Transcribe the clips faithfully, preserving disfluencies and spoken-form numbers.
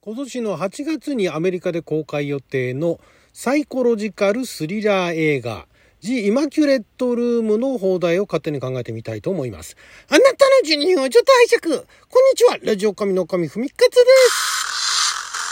今年のはちがつにアメリカで公開予定のサイコロジカルスリラー映画ジ・イマキュレットルームの放題を勝手に考えてみたいと思います。あなたのじゅうにふんをちょっと拝借。こんにちは、ラジオ神の神ふみかつです。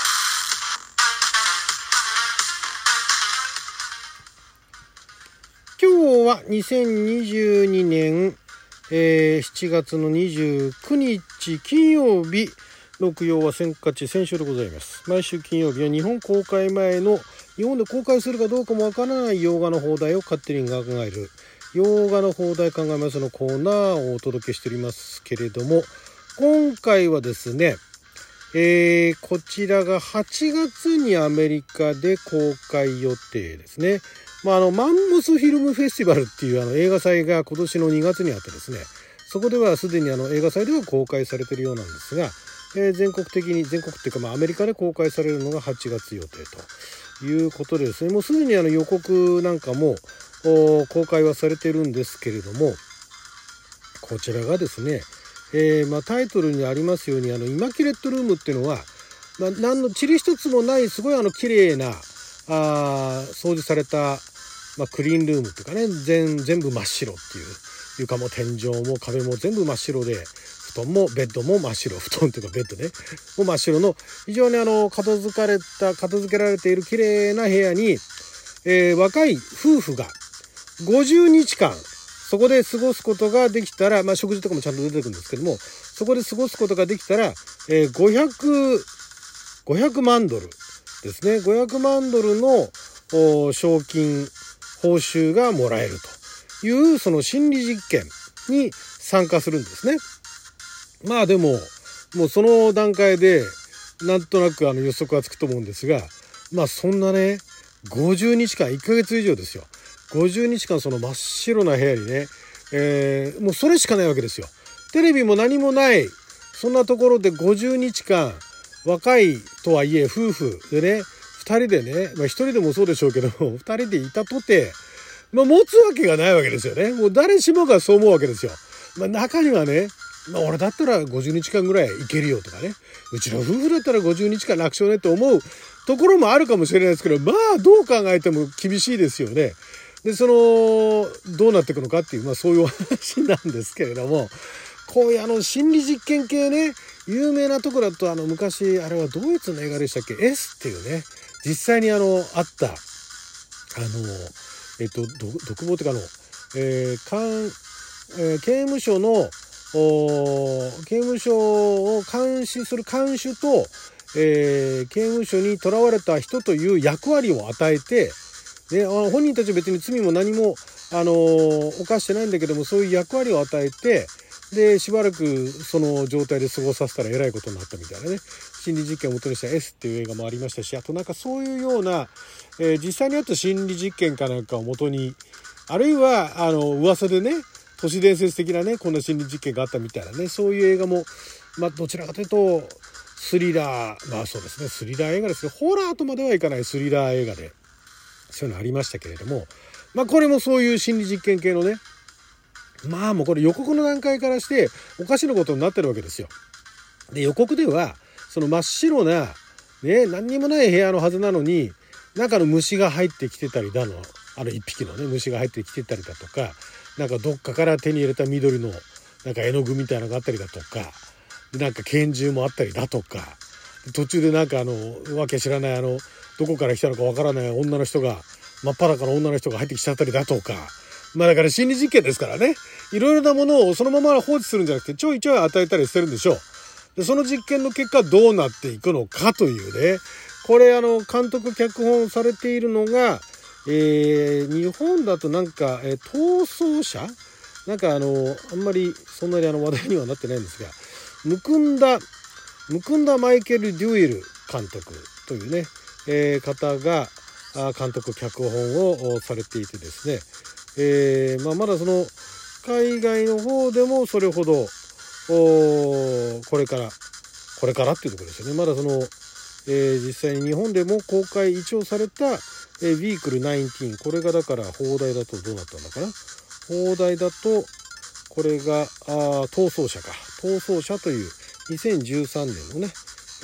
今日はにせんにじゅうにねん、えー、しちがつのにじゅうくにち金曜日、録曜はせんかち先週でございます。毎週金曜日は日本公開前の日本で公開するかどうかもわからない洋画の放題を勝手に考える洋画の放題考えますのコーナーをお届けしておりますけれども、今回はですね、えー、こちらがはちがつにアメリカで公開予定ですね。まあ、あのマンモスフィルムフェスティバルっていうあの映画祭が今年のにがつにあってですね、そこではすでにあの映画祭では公開されているようなんですが、えー、全国的に全国っていうかまあアメリカで公開されるのがはちがつ予定ということでですね、もうすでにあの予告なんかも公開はされているんですけれども、こちらがですね、えー、まあタイトルにありますようにあのイマキュレットルームっていうのは、まあ、何の塵一つもないすごいあの綺麗なあ掃除された、まあ、クリーンルームっていうかね、全全部真っ白っていう、床も天井も壁も全部真っ白で、布団もベッドも真っ白、布団というかベッドねもう真っ白の非常にあの片付かれた片付けられている綺麗な部屋に、えー、若い夫婦がごじゅうにちかんそこで過ごすことができたら、まあ、食事とかもちゃんと出てくるんですけども、そこで過ごすことができたら、えー、ごひゃく、ごひゃくまんドルですね、ごひゃくまんドルの賞金報酬がもらえるというその心理実験に参加するんですね。まあでももうその段階でなんとなくあの予測はつくと思うんですが、まあそんなねごじゅうにちかんいっかげつ以上ですよ。ごじゅうにちかんその真っ白な部屋にね、えー、もうそれしかないわけですよ。テレビも何もないそんなところでごじゅうにちかん、若いとはいえ夫婦でねふたりでね、まあひとりでもそうでしょうけどもふたりでいたとて、まあ、持つわけがないわけですよね。もう誰しもがそう思うわけですよ。まあ、中にはね、まあ、俺だったらごじゅうにちかんぐらいいけるよとかね、うちの夫婦だったらごじゅうにちかん楽勝ねって思うところもあるかもしれないですけど、まあどう考えても厳しいですよね。でそのどうなっていくのかっていう、まあそういうお話なんですけれども、こういうあの心理実験系ね、有名なところだとあの昔あれはドイツの映画でしたっけ、 S っていうね、実際にあのあったあのえっと独房っていうかあの、えー、監えー、刑務所の刑務所を監視する看守と、えー、刑務所に囚われた人という役割を与えて、で本人たちは別に罪も何も、あのー、犯してないんだけども、そういう役割を与えて、でしばらくその状態で過ごさせたらえらいことになったみたいなね、心理実験を元にした S っていう映画もありましたし、あとなんかそういうような、えー、実際にあった心理実験かなんかを元に、あるいはあの噂でね都市伝説的なねこんな心理実験があったみたいなね、そういう映画もまあどちらかというとスリラー、まあそうですねスリラー映画ですね、ホラーとまではいかないスリラー映画でそういうのありましたけれども、まあこれもそういう心理実験系のね、まあもうこれ予告の段階からしておかしなことになってるわけですよ。で予告ではその真っ白なね何にもない部屋のはずなのに、中の虫が入ってきてたりだの、あの一匹のね虫が入ってきてたりだとか、なんかどっかから手に入れた緑のなんか絵の具みたいなのがあったりだとか、なんか拳銃もあったりだとか、途中でなんかあのわけ知らないあのどこから来たのかわからない女の人が真っ裸の女の人が入ってきちゃったりだとか、まあだから心理実験ですからね、いろいろなものをそのまま放置するんじゃなくてちょいちょい与えたりしてるんでしょう。でその実験の結果どうなっていくのかというね、これあの監督脚本されているのが、えー、日本だとなんか、えー、逃走者なんかあのあんまりそんなにあの話題にはなってないんですが、ムクンダムクンダマイケル・デュエル監督というね、えー、方が監督脚本をされていてですね、えーまあ、まだその海外の方でもそれほどこれからこれからっていうところですよね。まだその、えー、実際に日本でも公開一応された、えー、ビークルじゅうきゅう、これがだから放題だとどうなったんだかな、放題だとこれがあ逃走者か逃走者というにせんじゅうさんねんのね、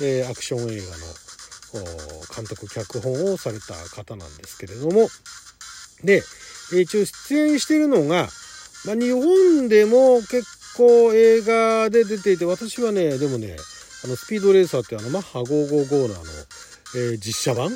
えー、アクション映画の監督脚本をされた方なんですけれども、で一応出演しているのが、まあ、日本でも結構映画で出ていて、私はねでもねあのスピードレーサーってあのマッハごひゃくごじゅうごのあの、えー、実写版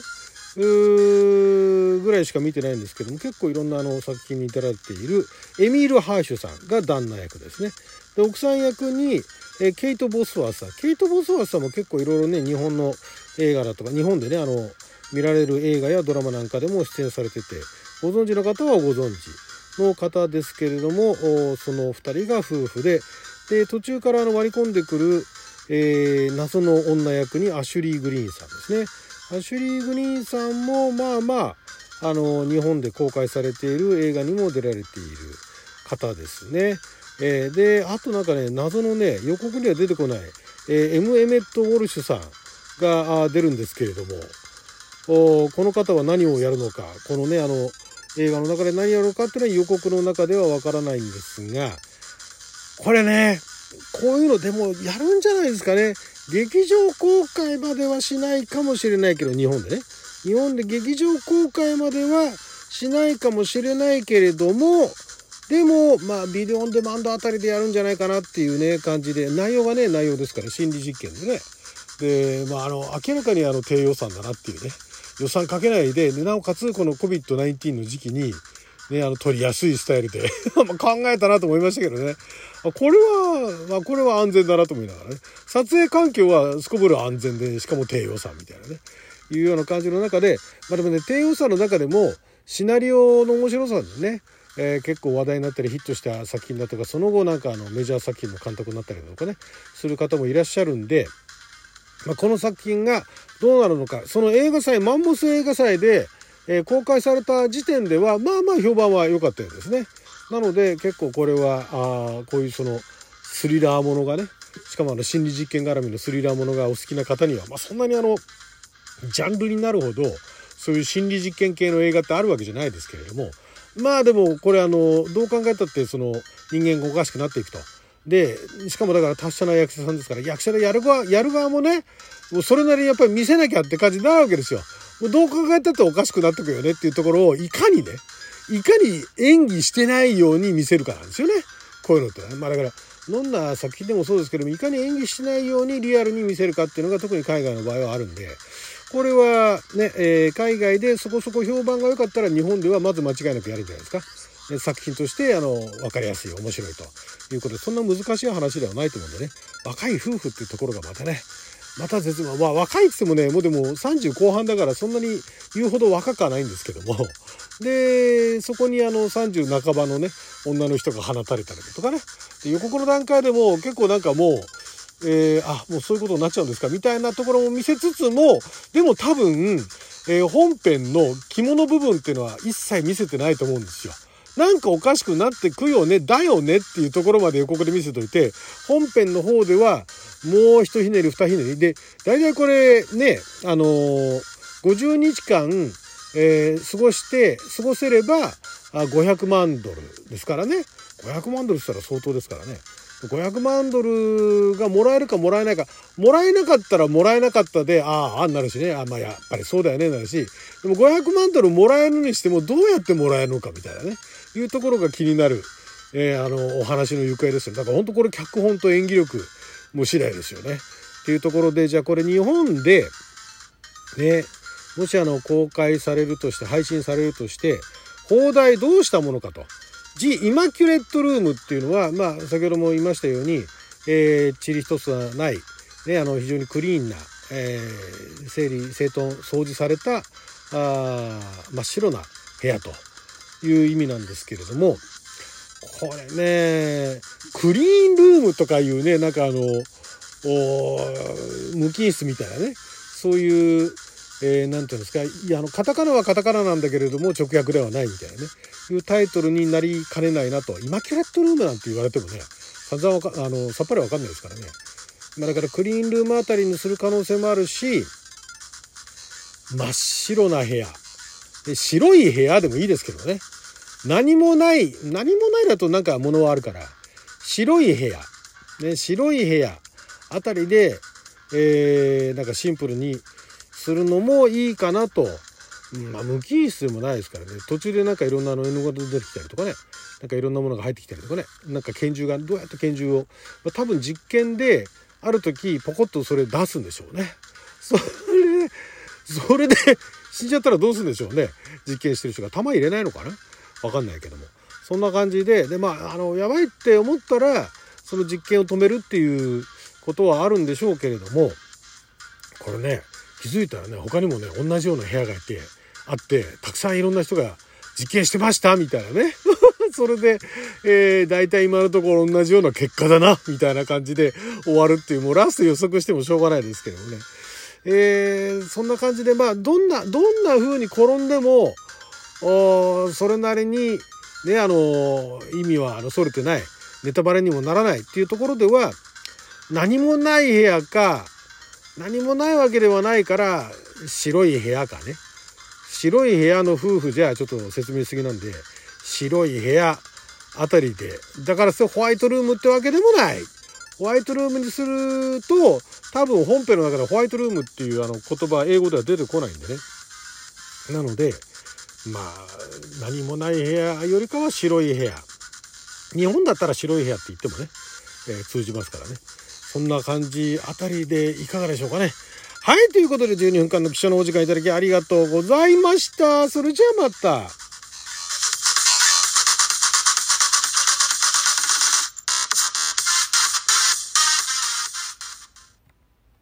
ぐらいしか見てないんですけども、結構いろんなあの作品に出られているエミール・ハーシュさんが旦那役ですね。で奥さん役に、えー、ケイト・ボスワースさんケイト・ボスワースさんも結構いろいろね日本の映画だとか日本でねあの見られる映画やドラマなんかでも出演されてて、ご存知の方はご存知の方ですけれども、そのふたりが夫婦で、で途中からあの割り込んでくる、えー、謎の女役にアシュリー・グリーンさんですね。アシュリー・グリーンさんもまあまああの日本で公開されている映画にも出られている方ですね。えー、であとなんかね謎のね予告には出てこない、えー、エム・エメット・ウォルシュさんが出るんですけれども、この方は何をやるのか、このねあの映画の中で何やるのかっていうのは予告の中ではわからないんですが、これねこういうのでもやるんじゃないですかね。劇場公開まではしないかもしれないけど、日本でね日本で劇場公開まではしないかもしれないけれども、でもまあビデオオンデマンドあたりでやるんじゃないかなっていうね感じで、内容がね内容ですから心理実験でね、でまああの明らかにあの低予算だなっていうね、予算かけないで、でなおかつこの コビッドナインティーン の時期にねあの撮りやすいスタイルで考えたなと思いましたけどね、これはまあこれは安全だなと思いながらね、撮影環境はすこぶる安全で、しかも低予算みたいなねいうような感じの中で、まあでもね低予算の中でもシナリオの面白さでね、えー、結構話題になったりヒットした作品だとか、その後なんかあのメジャー作品の監督になったりとかねする方もいらっしゃるんで、まあ、この作品がどうなるのか、その映画祭マンモス映画祭で、えー、公開された時点ではまあまあ評判は良かったようですね。なので結構これはあこういうそのスリラーものがね、しかもあの心理実験絡みのスリラーものがお好きな方には、まあ、そんなにあのジャンルになるほどそういう心理実験系の映画ってあるわけじゃないですけれども、まあでもこれあのどう考えたってその人間がおかしくなっていくと。でしかもだから達者な役者さんですから、役者でやる側やる側もねもうそれなりにやっぱり見せなきゃって感じになるわけですよ。もうどう考えたっておかしくなってくよねっていうところをいかにねいかに演技してないように見せるかなんですよね、こういうのってね。まあだからどんな作品でもそうですけども、いかに演技しないようにリアルに見せるかっていうのが特に海外の場合はあるんで、これはね、えー、海外でそこそこ評判が良かったら日本ではまず間違いなくやるんじゃないですか。作品としてあの分かりやすい面白いということで、そんな難しい話ではないと思うんでね、若い夫婦っていうところがまたねまた絶妙、まあ若いって言ってもねもうでもさんじゅう後半だからそんなに言うほど若くはないんですけども、でそこにあのさんじゅう半ばのね女の人が放たれたりとかね、で予告の段階でも結構なんかもうえー、あもうそういうことになっちゃうんですかみたいなところも見せつつも、でも多分、えー、本編の肝の部分っていうのは一切見せてないと思うんですよ。なんかおかしくなってくよねだよねっていうところまで予告で見せといて、本編の方ではもう一ひねり二ひねりで、大体これねあのー、ごじゅうにちかん、えー、過ごして過ごせればごひゃくまんドルですからね。ごひゃくまんドルって言ったら相当ですからね。ごひゃくまんドルがもらえるかもらえないか、もらえなかったらもらえなかったでああなるしね、あまあやっぱりそうだよねなるし、でもごひゃくまんドルもらえるにしてもどうやってもらえるのかみたいなねいうところが気になる、えー、あのお話の行方ですよ。だから本当これ脚本と演技力も次第ですよねっていうところで、じゃあこれ日本でねもしあの公開されるとして配信されるとして放題どうしたものかと。ジ・イマキュレットルームっていうのは、まあ、先ほども言いましたように、えー、塵一つはない、ね、あの非常にクリーンな、えー、整理整頓掃除されたあ真っ白な部屋という意味なんですけれども、これねクリーンルームとかいうねなんかあの無菌室みたいなねそういうえー、なんていうんですか、いやあのカタカナはカタカナなんだけれども直訳ではないみたいなねいうタイトルになりかねないなと。イマキュレットルームなんて言われてもね散々わかあのさっぱりわかんないですからね。まあ、だからクリーンルームあたりにする可能性もあるし、真っ白な部屋で白い部屋でもいいですけどね、何もない何もないだとなんか物はあるから白い部屋、ね、白い部屋あたりでえー、なんかシンプルにするのもいいかなと。うん、まあ無機質でもないですからね。途中でなんかいろんなあの N 型出てきたりとかね、なんかいろんなものが入ってきたりとかね、なんか拳銃がどうやって拳銃を、まあ、多分実験である時ポコッとそれ出すんでしょうね。それそれで死んじゃったらどうするんでしょうね。実験してる人が弾入れないのかな、わかんないけども、そんな感じで、でまああのやばいって思ったらその実験を止めるっていうことはあるんでしょうけれども、これね気づいたらね他にもね同じような部屋がいてあってたくさんいろんな人が実験してましたみたいなねそれで、えー、大体今のところ同じような結果だなみたいな感じで終わるっていう、もうラスト予測してもしょうがないですけどもね、えー、そんな感じでまあどんなどんな風に転んでもそれなりにねあの意味はあのそれてない、ネタバレにもならないっていうところでは、何もない部屋か何もないわけではないから白い部屋かね、白い部屋の夫婦じゃちょっと説明しすぎなんで、白い部屋あたりで、だからホワイトルームってわけでもない。ホワイトルームにすると多分本編の中でホワイトルームっていうあの言葉英語では出てこないんでね。なのでまあ何もない部屋よりかは白い部屋、日本だったら白い部屋って言ってもね、えー、通じますからね。そんな感じあたりでいかがでしょうかね。はい、ということでじゅうにふんかんの貴重なお時間いただきありがとうございました。それじゃあまた。